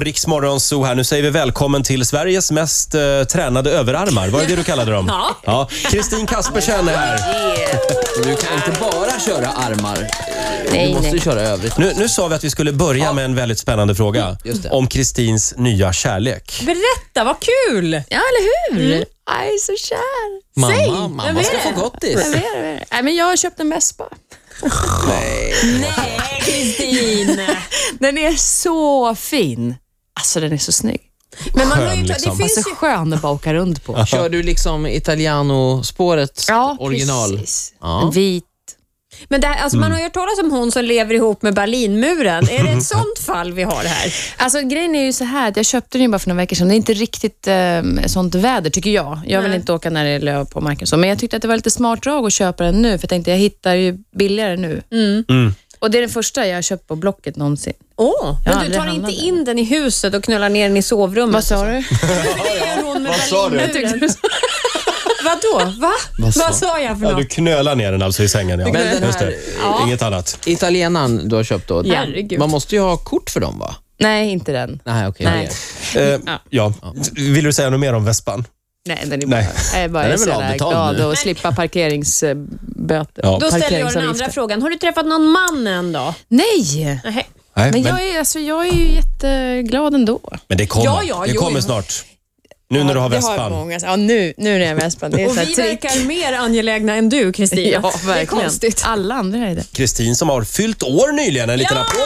Riksmorgon Zoo här. Nu säger vi välkommen till Sveriges mest tränade överarmar. Vad är det du kallade dem? Ja. Kristin Kaspersen är här. Du kan inte bara köra armar. Du måste köra övrigt. Nu sa vi att vi skulle börja med en väldigt spännande fråga. Om Kristins nya kärlek. Berätta, vad kul! Ja, eller hur? Jag är så kär. Mamma ska få gottis. Nej, men jag har köpt en Vespa. Nej, Kristin. Den är så fin. Alltså, den är så snygg. Men man skön, har ju, liksom. det finns Alltså skön att åka runt på. Kör du liksom Italiano-spåret original? Precis. Ja. Vit. Men det här, alltså man har ju hört talas om hon som lever ihop med Berlinmuren. Är det ett sånt fall vi har här? Alltså grejen är ju så här att jag köpte den ju bara för några veckor sedan. Det är inte riktigt sånt väder tycker jag. Jag vill inte åka när det är löv på marken så. Men jag tyckte att det var lite smart drag att köpa den nu. För jag tänkte jag hittar ju billigare nu. Och det är den första jag har köpt på Blocket någonsin. Men du tar inte in den i huset och knullar ner den i sovrummet? Vad sa du? Vad sa du? Vadå? Va? Vad sa jag för något? Du knölar ner den alltså i sängen. Ja. Men den här, inget annat. Italienaren du har köpt då. Herregud. Man måste ju ha kort för dem, va? Nej, inte den. Nej, okej. Vill du säga något mer om Vespan? Nej, den är bara, jag är bara så glad att slippa parkeringsböter. Ja. Då ställer jag den andra frågan. Har du träffat någon man än då? Nej! Men jag är ju jätteglad ändå. Men det kommer, det kommer snart. Nu när du har Vespan. Nu när jag har Vespan. Det är och vi verkar mer angelägna än du, Kristin. Ja, verkligen. Det är konstigt. Alla andra är det. Kristin som har fyllt år nyligen. En liten applåd.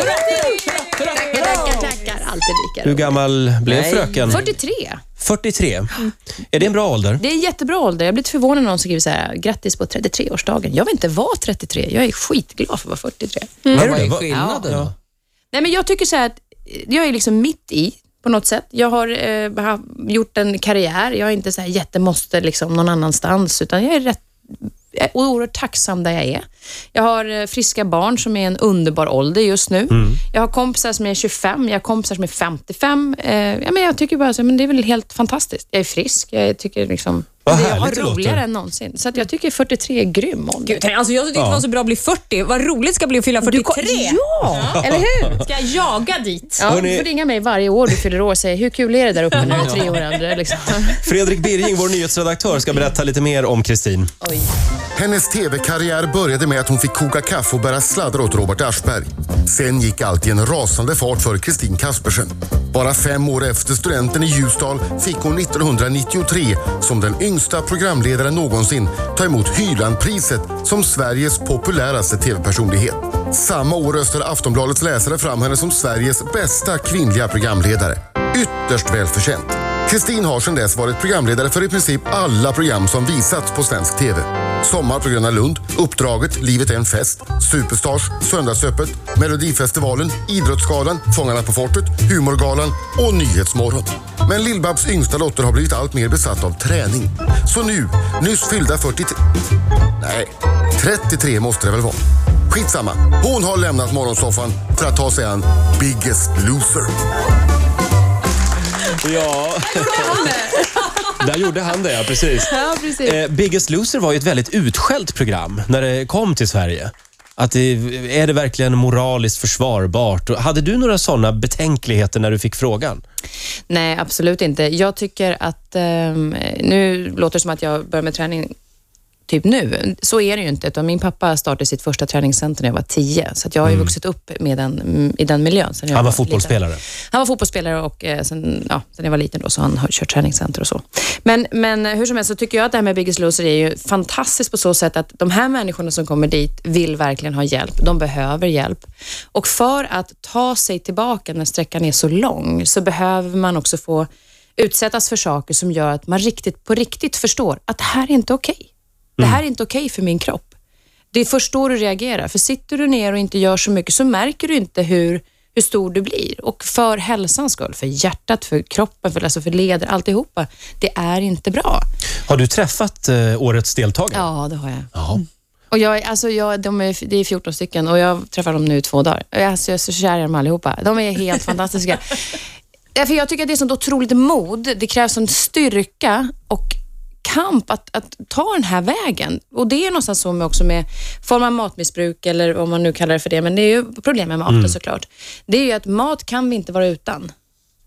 Tackar. Alltid lika. Hur gammal blev fröken? 43. 43. Är det en bra ålder? Det är en jättebra ålder. Jag blir förvånad när någon skriver så här: grattis på 33-årsdagen. Jag vill inte vara 33. Jag är skitglad för att vara 43. Vad är skillnaden då? Nej, men jag tycker så här att jag är liksom mitt i på något sätt. Jag har gjort en karriär. Jag är inte så här jättemåste liksom någon annanstans, utan jag är oerhört tacksam där jag är. Jag har friska barn som är en underbar ålder just nu. Jag har kompisar som är 25, jag har kompisar som är 55. Men jag tycker bara så, men det är väl helt fantastiskt. Jag är frisk, jag tycker liksom jag har roligare än någonsin. Så att jag tycker 43 är grym ålder. Gud, alltså jag tyckte det var så bra att bli 40. Vad roligt ska bli att fylla 43. Eller hur? Ska jag jaga dit? Ja, du får ringa mig varje år du fyller år och säga hur kul är det där uppe nu 3 år äldre liksom. Fredrik Birging, vår nyhetsredaktör, ska berätta lite mer om Kristin. Hennes tv-karriär började med att hon fick koka kaffe och bära sladdar åt Robert Aschberg. Sen gick allt i en rasande fart för Kristin Kaspersen. Bara 5 år efter studenten i Ljusdal fick hon 1993 som den yngsta programledaren någonsin ta emot Hylandpriset som Sveriges populäraste tv-personlighet. Samma år röstade Aftonbladets läsare fram henne som Sveriges bästa kvinnliga programledare. Ytterst välförtjänt. Kristin har sedan dess varit programledare för i princip alla program som visats på svensk tv. Sommar på Gröna Lund, Uppdraget, Livet är en fest, Superstars, Söndagsöppet, Melodifestivalen, Idrottsgalan, Fångarna på fortet, Humorgalan och Nyhetsmorgon. Men Lill-Babs yngsta dotter har blivit allt mer besatt av träning. Så nu, nyss fyllda 33 måste det väl vara. Skitsamma, hon har lämnat morgonsoffan för att ta sig an Biggest Loser. Ja, där gjorde han det, ja, precis. Ja, precis. Biggest Loser var ju ett väldigt utskällt program när det kom till Sverige. Är det verkligen moraliskt försvarbart? Hade du några sådana betänkligheter när du fick frågan? Nej, absolut inte. Jag tycker att nu låter det som att jag börjar med träning typ nu. Så är det ju inte. Utan min pappa startade sitt första träningscenter när jag var 10. Så att jag har ju vuxit upp med i den miljön. Han var fotbollsspelare? Liten. Han var fotbollsspelare och sen jag var liten då så han har kört träningscenter och så. Men hur som helst så tycker jag att det här med Biggest Loser är ju fantastiskt på så sätt att de här människorna som kommer dit vill verkligen ha hjälp. De behöver hjälp. Och för att ta sig tillbaka när sträckan är så lång så behöver man också få utsättas för saker som gör att man på riktigt förstår att det här är inte okej. Det här är inte okej för min kropp. Det är först då du reagerar. För sitter du ner och inte gör så mycket så märker du inte hur stor du blir. Och för hälsans skull, för hjärtat, för kroppen, för leder, alltihopa. Det är inte bra. Har du träffat årets deltagare? Ja, det har jag. Ja. Och det är 14 stycken och jag träffar dem nu i 2 dagar. Jag är så kär i dem allihopa. De är helt fantastiska. För jag tycker att det är sånt otroligt mod. Det krävs en styrka och kamp att ta den här vägen. Och det är någonstans så också med form av matmissbruk eller vad man nu kallar det för det. Men det är ju problem med maten såklart. Det är ju att mat kan vi inte vara utan.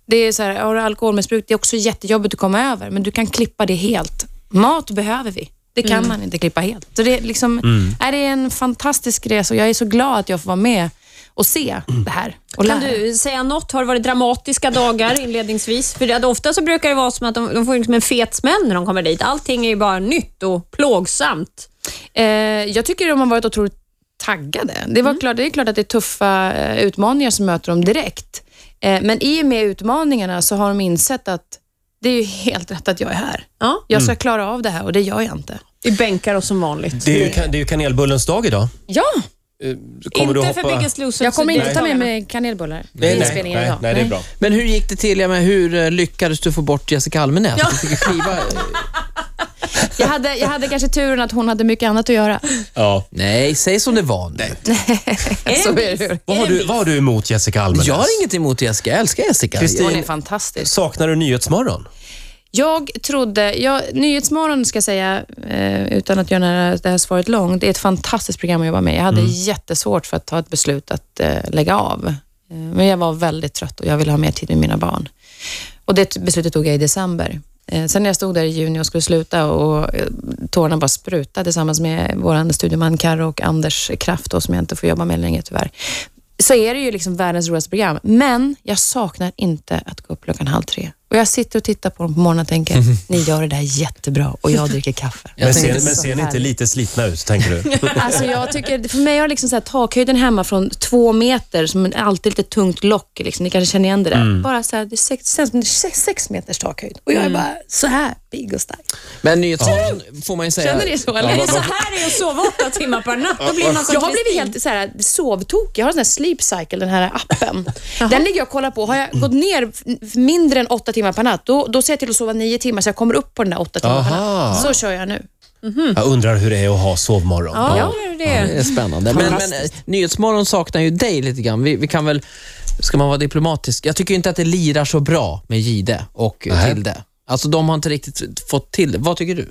Det är så här, har du alkoholmissbruk, det är också jättejobbigt att komma över, men du kan klippa det helt. Mat behöver vi. Det kan man inte klippa helt. Så det är liksom, är det en fantastisk resa och jag är så glad att jag får vara med och se det här. Och kan du säga något? Har det varit dramatiska dagar inledningsvis? För att ofta så brukar det vara som att de får liksom en fet smäll när de kommer dit. Allting är ju bara nytt och plågsamt. Jag tycker de har varit otroligt taggade. Det är klart att det är tuffa utmaningar som möter dem direkt. Men i och med utmaningarna så har de insett att det är ju helt rätt att jag är här. Ja. Jag ska klara av det här och det gör jag inte. Vi bänkar oss som vanligt. Det är ju kanelbullens dag idag. Ja. Kommer inte för Biggest Loser. Jag kommer inte ta med mig kanelbullar. Nej, det är bra. Men hur gick det till? Hur lyckades du få bort Jessica Almenäs? Ja. Du fick kliva... Jag hade kanske turen att hon hade mycket annat att göra. Ja. Nej, säg som det var. Så är det. Vad har du emot Jessica Almenäs? Jag har inget emot Jessica. Jag älskar Jessica. Kristin, hon är fantastisk. Saknar du Nyhetsmorgon? Jag trodde... Nyhetsmorgon ska jag säga, utan att göra det här svaret långt, det är ett fantastiskt program att jobba med. Jag hade jättesvårt för att ta ett beslut att lägga av. Men jag var väldigt trött och jag ville ha mer tid med mina barn. Och det beslutet tog jag i december. Sen när jag stod där i juni och skulle sluta och tårarna bara sprutade tillsammans med vår studieman Karo och Anders Kraft då, som jag inte får jobba med längre tyvärr. Så är det ju liksom världens roligaste program. Men jag saknar inte att gå upp 2:30. Och jag sitter och tittar på dem på morgonen och tänker, ni gör det där jättebra och jag dricker kaffe. Men ser ni inte lite slitna ut, tänker du? Alltså jag tycker, för mig har liksom så här takhöjden hemma från 2 meter som alltid lite tungt lock. Liksom. Ni kanske känner igen det där. Bara så här, det är 6 meters takhöjd. Och jag är bara så här pigg och stark. Men Nyhetsmorgon får man ju säga... Känner ni så? Eller? Är det så här är att sova 8 timmar per natt? Då blir man jag har blivit helt så här sovtokig. Jag har en sån här Sleep Cycle, den här appen. Den ligger jag och kollar på. Har jag gått ner mindre än 8 timmar per natt, då ser jag till att sova 9 timmar så jag kommer upp på den där 8 timmar per natt. Så kör jag nu. Jag undrar hur det är att ha sovmorgon. Ja, det är spännande. Men Nyhetsmorgon saknar ju dig lite grann. Vi kan väl, ska man vara diplomatisk, jag tycker inte att det lirar så bra med Gide och Tilde. Alltså de har inte riktigt fått till det. Vad tycker du?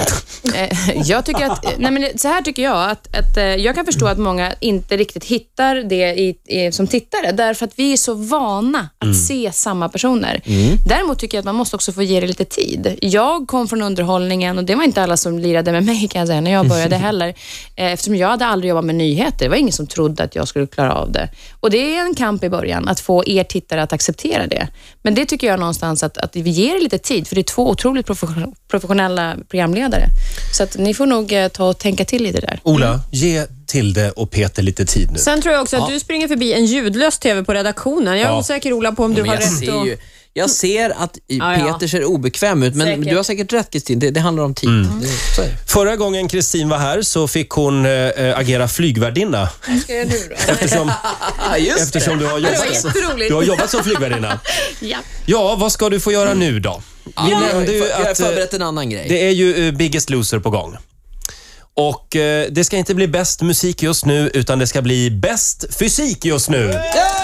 Jag tycker att, så här tycker jag att jag kan förstå att många inte riktigt hittar det som tittare, därför att vi är så vana att se samma personer. Däremot tycker jag att man måste också få ge det lite tid. Jag kom från underhållningen och det var inte alla som lirade med mig, kan jag säga, när jag började heller, eftersom jag hade aldrig jobbat med nyheter. Det var ingen som trodde att jag skulle klara av det. Och det är en kamp i början att få er tittare att acceptera det. Men det tycker jag någonstans att vi ger det lite tid, för det är 2 otroligt professionella programledare. Så att ni får nog ta och tänka till i det där. Ola, ge Tilde och Peter lite tid nu. Sen tror jag också att du springer förbi en ljudlös tv på redaktionen. Jag är osäker, Ola, på om du har rätt. Jag ser att Peter ser obekväm ut, men säkert. Du har säkert rätt, Kristin. Det handlar om tid. Förra gången Kristin var här så fick hon agera flygvärdinna. Vad ska jag nu då? Eftersom du har jobbat som flygvärdinna. Ja, vad ska du få göra nu då? Vi nämnde ju att jag har förberett en annan grej. Det är ju Biggest Loser på gång. Och det ska inte bli bäst musik just nu, utan det ska bli bäst fysik just nu.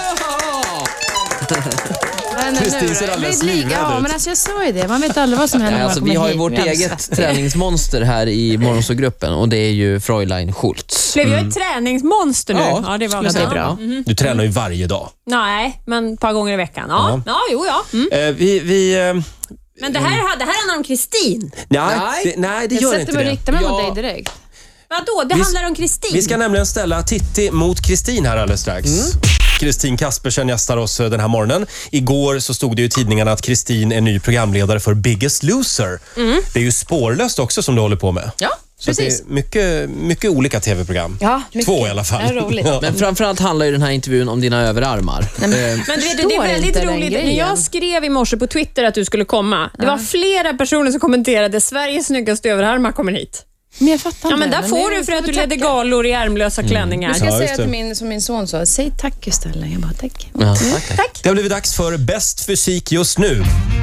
Kristin ser alldeles livrädd ut. Men alltså jag sa ju det. Man vet aldrig vad som händer. Alltså, vi har ju vårt eget träningsmonster här i Morgonsågruppen och det är ju Fräulein Schultz. Blev jag ett träningsmonster nu? Ja, det var bra. Du tränar ju varje dag. Nej, men ett par gånger i veckan. Ja. Men det här handlar om Kristin. Nej, det gör inte det. Jag sätter mig och riktar mig mot dig direkt. Vadå? Det handlar om Kristin. Vi ska nämligen ställa Titti mot Kristin här alldeles strax. Kristin Kaspersen gästar oss den här morgonen. Igår så stod det ju i tidningarna att Kristin är ny programledare för Biggest Loser. Det är ju Spårlöst också som du håller på med. Ja, så precis. Det är mycket olika tv-program. Ja, 2 i alla fall. Det är roligt. Men framförallt handlar ju den här intervjun om dina överarmar. Men det är väldigt roligt. När jag skrev i morse på Twitter att du skulle komma, det var flera personer som kommenterade Sveriges snyggaste överarmar kommer hit. Men jag fattar men där får du för att du leder galor i ärmlösa klänningar. Jag ska säga till min son så, säg tack istället. Jag bara tack. Tack. Det har blivit dags för bäst fysik just nu.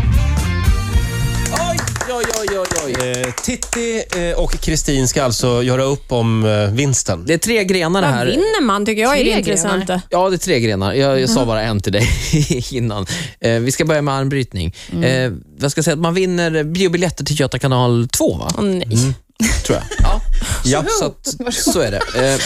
Oj. Titti och Kristin ska alltså göra upp om vinsten. Det är 3 grenar det här. Vad vinner man tycker jag är det intressanta. Ja, det är 3 grenar. Jag sa bara en till dig innan. Vi ska börja med armbrytning. Jag ska säga att man vinner biobiljetter till Göta kanal 2, va? Nej. Tror jag. Ja, så är det.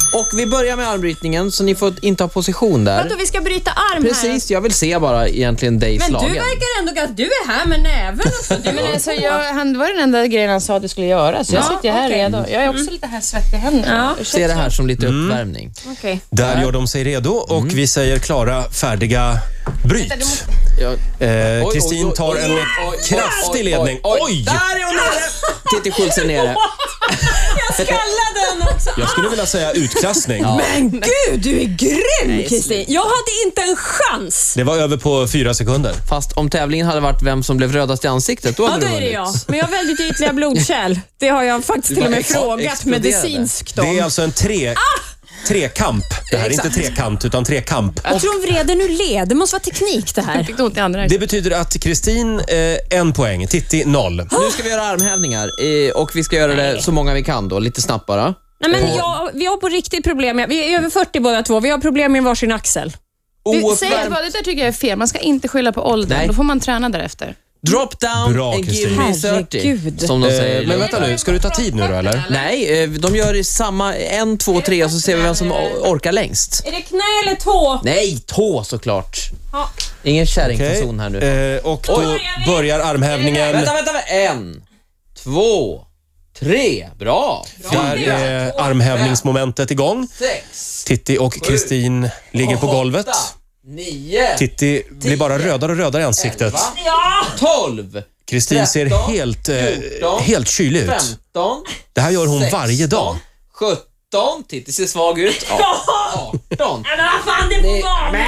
Och vi börjar med armbrytningen, så ni får inte ha position där. Vadå, vi ska bryta arm här? Precis, jag vill se bara egentligen dig slagen. Men du verkar ändå att du är här med näven också. Men alltså, han var den enda grejen han sa att du skulle göra, så jag sitter här redo. Jag är också lite här svettig i händerna. Se det här som lite uppvärmning. Okay. Där gör de sig redo och vi säger klara, färdiga, bryt. Kristin tar en kraftig ledning. Oj! Där är hon nere! Titti Schultz är nere. Jag skallade den också. Jag skulle vilja säga utklassning. Men gud, du är grym, Kristin. Jag hade inte en chans. Det var över på 4 sekunder. Fast om tävlingen hade varit vem som blev rödast i ansiktet, då hade det är vunnit. det jag. Men jag har väldigt ytliga blodkärl. Det har jag faktiskt till och med frågat medicinskt om. Det är alltså en trekamp. Det här är inte trekant utan trekamp. Jag tror hon vreder nu led. Det måste vara teknik det här. Det betyder att Kristin 1 poäng, Titti 0. Nu ska vi göra armhävningar och vi ska göra det så många vi kan då, lite snabbt bara. Nej, men vi har på riktigt problem. Vi är över 40 båda två. Vi har problem med varsin axel. Det där tycker jag är fel. Man ska inte skylla på åldern. Nej. Då får man träna därefter. Drop down Bra, and give Kristin. me 30, som de säger. Men vänta nu, ska du ta tid nu då eller? Nej, de gör i samma 1, 2, 3 och så ser vi vem som orkar längst. Är det knä eller tå? Nej, tå såklart. Ja. Ingen kärringfason här nu. Och då börjar armhävningen. Vänta. 1, 2, 3. Bra. Där är armhävningsmomentet igång. 6. Titti och Kristin ligger på golvet. 9. Titti blir bara rödare och rödare i ansiktet. 12. Kristin ser 14, helt kylig ut. 15. Det här gör hon 16, varje dag. 17. Titti ser svag ut. 18. Men vad fan, det får vara.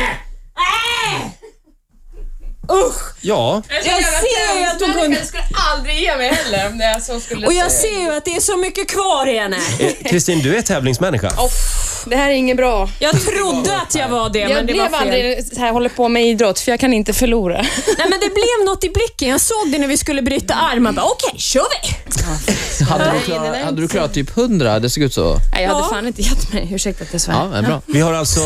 Usch. Ja. Jag ser ju att hon kunde... Jag skulle aldrig ge mig heller om det så skulle. Och jag ser ju att det är så mycket kvar i henne. Kristin, du är tävlingsmänniska. Det här är inget bra. Jag trodde att jag var det, men det var fel. Jag blev aldrig så här, håller på med idrott, för jag kan inte förlora. Nej, men det blev något i blicken. Jag såg det när vi skulle bryta armar. Okej, kör vi! Hade du klarat typ 100? Det såg ut så. Nej, jag hade fan inte gett mig. Ursäkta att jag svär. Ja, det är bra. Vi har alltså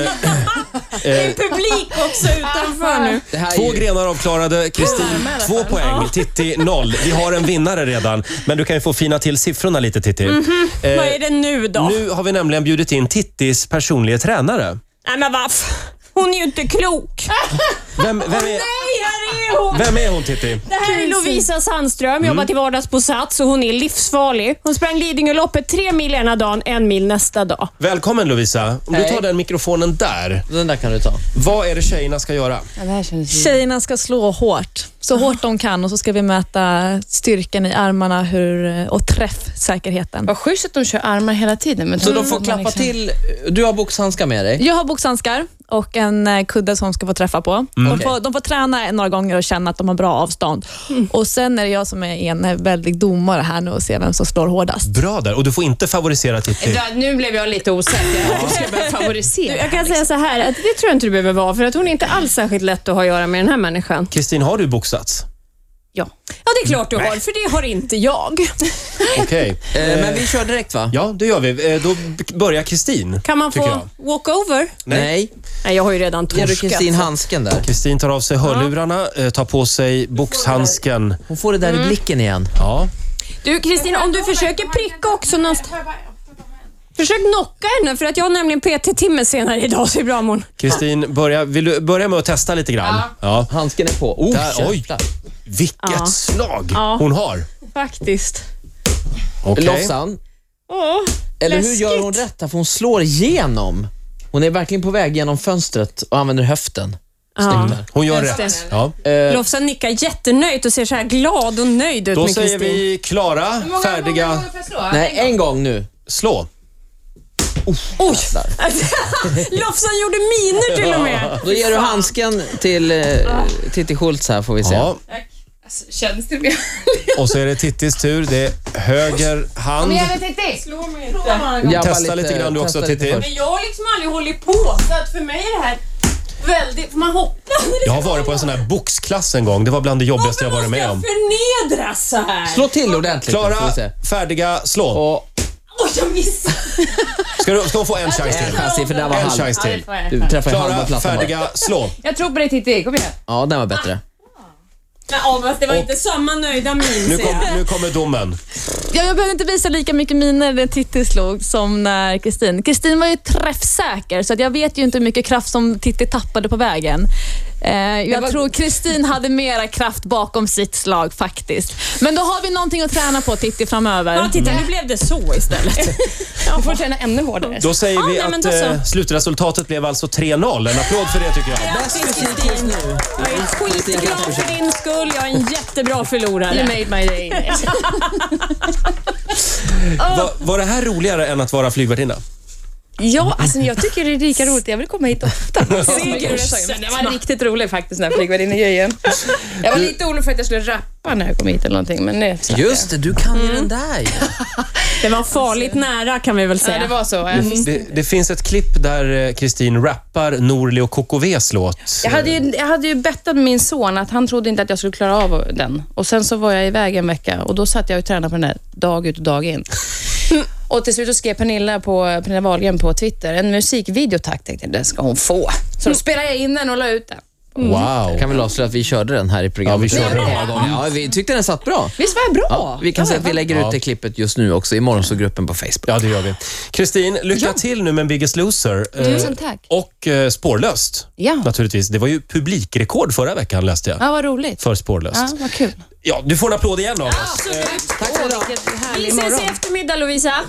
En publik också utanför nu. 2 grenar avklarade. Kristin 2 poäng, Titti 0. Vi har en vinnare redan, men du kan ju få fina till siffrorna lite, Titti. Vad är det nu då? Nu har vi nämligen bjudit in Tittis personliga tränare. Nej, men varför? Hon är ju inte klok. Vem är hon? Vem är hon, Titti? Det här är Lovisa Sandström, jobbar till vardags på Sats och hon är livsfarlig. Hon sprang Lidingöloppet 3 mil ena dagen, 1 mil nästa dag. Välkommen Lovisa. Om du tar den mikrofonen där. Den där kan du ta. Vad är det tjejerna ska göra? Ja, det här känns Tjejerna ska slå hårt. Så hårt de kan och så ska vi mäta styrkan i armarna och träffsäkerheten. vad schysst att de kör armar hela tiden. Men Så de får klappa till. Du har boxhandskar med dig? Jag har boxhandskar och en kudde som ska få träffa på. De får träna några gånger och känna att de har bra avstånd. Och sen är det jag som är en väldigt domare här nu och ser vem som slår hårdast. Bra där. Och du får inte favorisera Titti. Nu blev jag lite osäker. Jag ska börja favorisera. Jag kan säga så här, att det tror jag inte du behöver vara, för att hon är inte alls särskilt lätt att ha att göra med den här människan. Kristin, har du boxats? Ja. Ja, det är klart du har, för det har inte jag. Okej. Men vi kör direkt, va? Ja, det gör vi. Då börjar Kristin. Kan man tycker få jag. walkover? Nej. Nej, jag har ju redan Ger du torskat. Kristin handsken där? Kristin tar av sig hörlurarna, tar på sig boxhandsken. Hon får det där i blicken igen. Ja. Du, Kristin, om du försöker pricka också någonstans. Försök knocka henne, för att jag har nämligen PT-timme senare idag, så är bra mån. Kristin, vill du börja med att testa lite grann? Ja. Handsken är på. Oj, jävlar. vilket slag Ja. hon har. Faktiskt. Okej. Lofsan. Eller hur gör hon rätt? För hon slår igenom. Hon är verkligen på väg genom fönstret och använder höften. Snyggt där. Hon gör Just rätt. det. Ja. Lofsan nickar jättenöjt och ser så här glad och nöjd ut Då med säger Kristin. vi klara, färdiga, Nej, en gång nu. slå. Oj! Lofsan gjorde miner till och med. Då ger du handsken till Titti Schultz här, får vi se. Ja. Alltså, känns det mer? Och så är det Tittis tur. Det är höger hand. Slå mig inte. Jabba Testa lite grann du också, testa lite Titti. först. Men jag har liksom aldrig hållit på, så att för mig är det här väldigt... Man hoppar. Jag har varit på en sån här boxklass en gång. Det var bland det jobbigaste jag varit med om. Förnedras så här? Slå till ordentligt. får vi Klara, se. färdiga, slå. Och Oj, jag missade. Ska hon få en chans till? chans, för där var En halv. chans till. Du träffar halva Klara, plattan bara. färdiga, slå. Jag tror på dig, Titti. Kom igen. Ja, den var bättre. Men det var inte samma nöjda min. Nu kommer domen. Ja, jag behövde inte visa lika mycket miner när Titti slog som när Kristin var ju träffsäker, så att jag vet ju inte hur mycket kraft som Titti tappade på vägen. Jag tror Kristin hade mera kraft bakom sitt slag faktiskt. Men då har vi någonting att träna på, Titti, framöver. Ja, titta, nu blev det så istället. Jag får träna ännu hårdare. Då säger vi att slutresultatet blev alltså 3-0. En applåd för det, tycker jag. Grattis, Kristin. Jag är skitglad för din skull. Jag är en jättebra förlorare. You made my day. Var det här roligare än att vara flygvärdinna? Ja, alltså jag tycker det är lika roligt. Jag vill komma hit ofta. Det var riktigt roligt faktiskt när jag flygade in i grejen. Jag var lite orolig för att jag skulle rappa när jag kom hit eller någonting, men det slapp Just det, du kan ju den där. Det var farligt nära, kan vi väl säga. Ja, det var så. Det finns ett klipp där Kristin rappar Norli och KKVs låt. Jag hade ju bettat med min son att han trodde inte att jag skulle klara av den. Och sen så var jag iväg en vecka och då satt jag och tränade på den här dag ut och dag in. Och till slut så skrev Pernilla Wahlgren på Twitter en musikvideo, tänkte den ska hon få. Så då spelade jag in den och la ut den. Wow. Kan vi avslöja att vi körde den här i programmet? Ja, vi körde den många gånger. Ja, vi tyckte den satt bra. Visst var jag bra? Ja, vi kan säga att vi lägger ut det klippet just nu också i Morgonsågruppen på Facebook. Ja, det gör vi. Kristin, lycka till nu med Biggest Loser. Tusen tack. Och Spårlöst. Ja. Naturligtvis. Det var ju publikrekord förra veckan, läste jag. Ja, vad roligt. För Spårlöst. Ja, vad kul. Ja, du får en applåd igen av oss. Tack så mycket. Vi ses i eftermiddag, Lovisa.